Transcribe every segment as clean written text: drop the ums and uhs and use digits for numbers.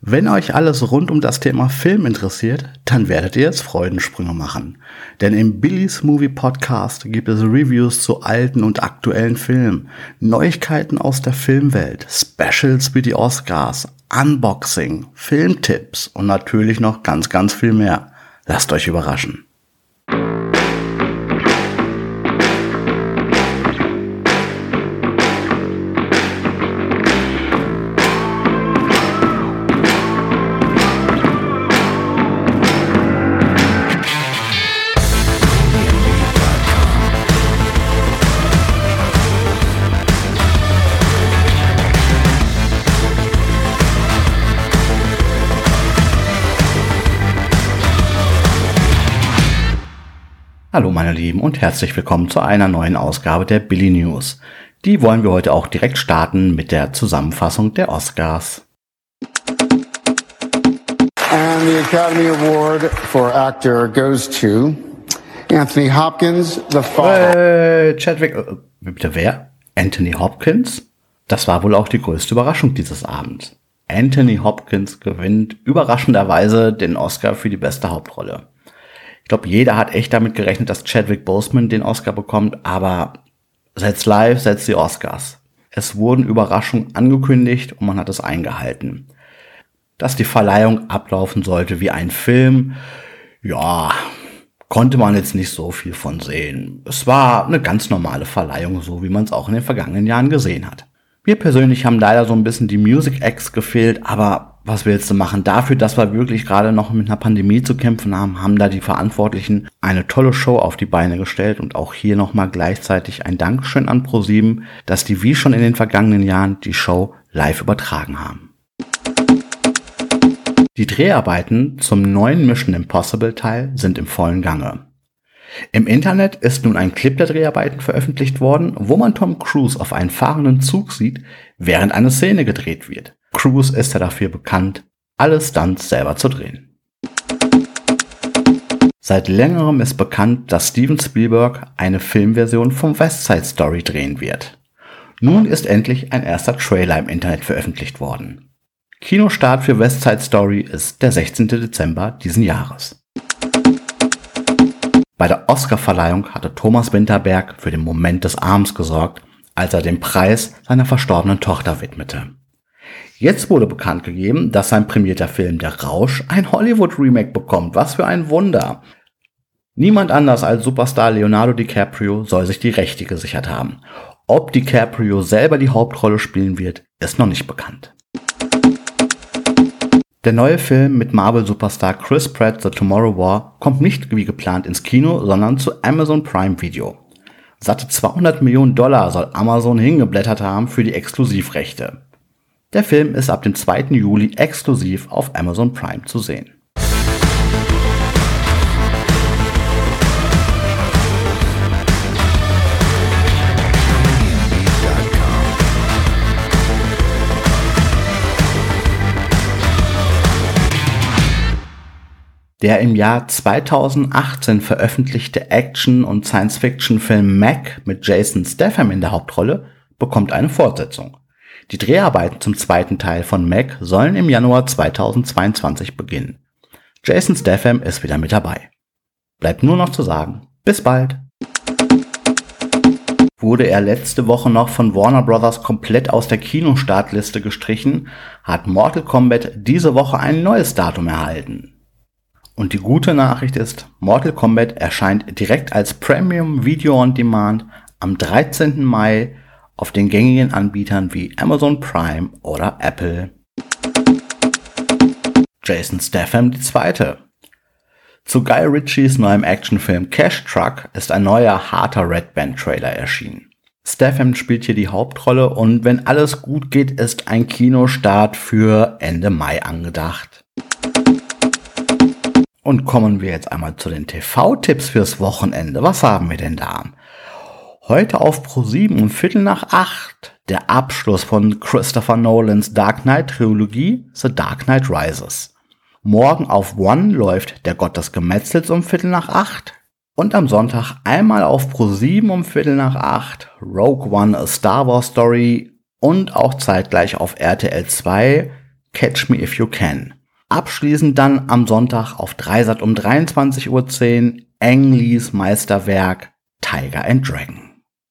Wenn euch alles rund um das Thema Film interessiert, dann werdet ihr jetzt Freudensprünge machen. Denn im Billy's Movie Podcast gibt es Reviews zu alten und aktuellen Filmen, Neuigkeiten aus der Filmwelt, Specials wie die Oscars, Unboxing, Filmtipps und natürlich noch ganz, ganz viel mehr. Lasst euch überraschen. Hallo meine Lieben und herzlich willkommen zu einer neuen Ausgabe der Billy News. Die wollen wir heute auch direkt starten mit der Zusammenfassung der Oscars. And the Academy Award for Actor goes to Anthony Hopkins, The Father. Chadwick, bitte wer? Anthony Hopkins? Das war wohl auch die größte Überraschung dieses Abends. Anthony Hopkins gewinnt überraschenderweise den Oscar für die beste Hauptrolle. Ich glaube, jeder hat echt damit gerechnet, dass Chadwick Boseman den Oscar bekommt, aber setzt live, setzt die Oscars. Es wurden Überraschungen angekündigt und man hat es eingehalten. Dass die Verleihung ablaufen sollte wie ein Film, ja, konnte man jetzt nicht so viel von sehen. Es war eine ganz normale Verleihung, so wie man es auch in den vergangenen Jahren gesehen hat. Wir persönlich haben leider so ein bisschen die Music Acts gefehlt, aber was willst du machen? Dafür, dass wir wirklich gerade noch mit einer Pandemie zu kämpfen haben da die Verantwortlichen eine tolle Show auf die Beine gestellt und auch hier nochmal gleichzeitig ein Dankeschön an ProSieben, dass die wie schon in den vergangenen Jahren die Show live übertragen haben. Die Dreharbeiten zum neuen Mission Impossible Teil sind im vollen Gange. Im Internet ist nun ein Clip der Dreharbeiten veröffentlicht worden, wo man Tom Cruise auf einen fahrenden Zug sieht, während eine Szene gedreht wird. Cruise ist ja dafür bekannt, alle Stunts selber zu drehen. Seit längerem ist bekannt, dass Steven Spielberg eine Filmversion von West Side Story drehen wird. Nun ist endlich ein erster Trailer im Internet veröffentlicht worden. Kinostart für West Side Story ist der 16. Dezember diesen Jahres. Bei der Oscarverleihung hatte Thomas Winterberg für den Moment des Arms gesorgt, als er den Preis seiner verstorbenen Tochter widmete. Jetzt wurde bekannt gegeben, dass sein prämierter Film Der Rausch ein Hollywood-Remake bekommt. Was für ein Wunder! Niemand anders als Superstar Leonardo DiCaprio soll sich die Rechte gesichert haben. Ob DiCaprio selber die Hauptrolle spielen wird, ist noch nicht bekannt. Der neue Film mit Marvel-Superstar Chris Pratt, The Tomorrow War, kommt nicht wie geplant ins Kino, sondern zu Amazon Prime Video. Satte $200 Millionen soll Amazon hingeblättert haben für die Exklusivrechte. Der Film ist ab dem 2. Juli exklusiv auf Amazon Prime zu sehen. Der im Jahr 2018 veröffentlichte Action- und Science-Fiction-Film Mac mit Jason Statham in der Hauptrolle bekommt eine Fortsetzung. Die Dreharbeiten zum zweiten Teil von Mac sollen im Januar 2022 beginnen. Jason Statham ist wieder mit dabei. Bleibt nur noch zu sagen, bis bald! Wurde er letzte Woche noch von Warner Bros. Komplett aus der Kinostartliste gestrichen, hat Mortal Kombat diese Woche ein neues Datum erhalten. Und die gute Nachricht ist, Mortal Kombat erscheint direkt als Premium Video on Demand am 13. Mai auf den gängigen Anbietern wie Amazon Prime oder Apple. Jason Statham II. Zu Guy Ritchies neuem Actionfilm Cash Truck ist ein neuer harter Red Band Trailer erschienen. Statham spielt hier die Hauptrolle und wenn alles gut geht, ist ein Kinostart für Ende Mai angedacht. Und kommen wir jetzt einmal zu den TV-Tipps fürs Wochenende. Was haben wir denn da? Heute auf ProSieben um 7:15 der Abschluss von Christopher Nolans Dark Knight Trilogie The Dark Knight Rises. Morgen auf One läuft Der Gott des Gemetzels um 7:15 und am Sonntag einmal auf ProSieben um 7:15 Rogue One A Star Wars Story und auch zeitgleich auf RTL 2 Catch Me If You Can. Abschließend dann am Sonntag auf Dreisat um 23:10 Uhr Ang Lees Meisterwerk Tiger and Dragon.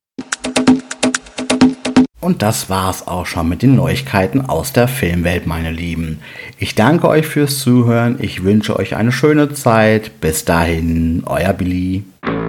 Und das war's auch schon mit den Neuigkeiten aus der Filmwelt, meine Lieben. Ich danke euch fürs Zuhören. Ich wünsche euch eine schöne Zeit. Bis dahin, euer Billy.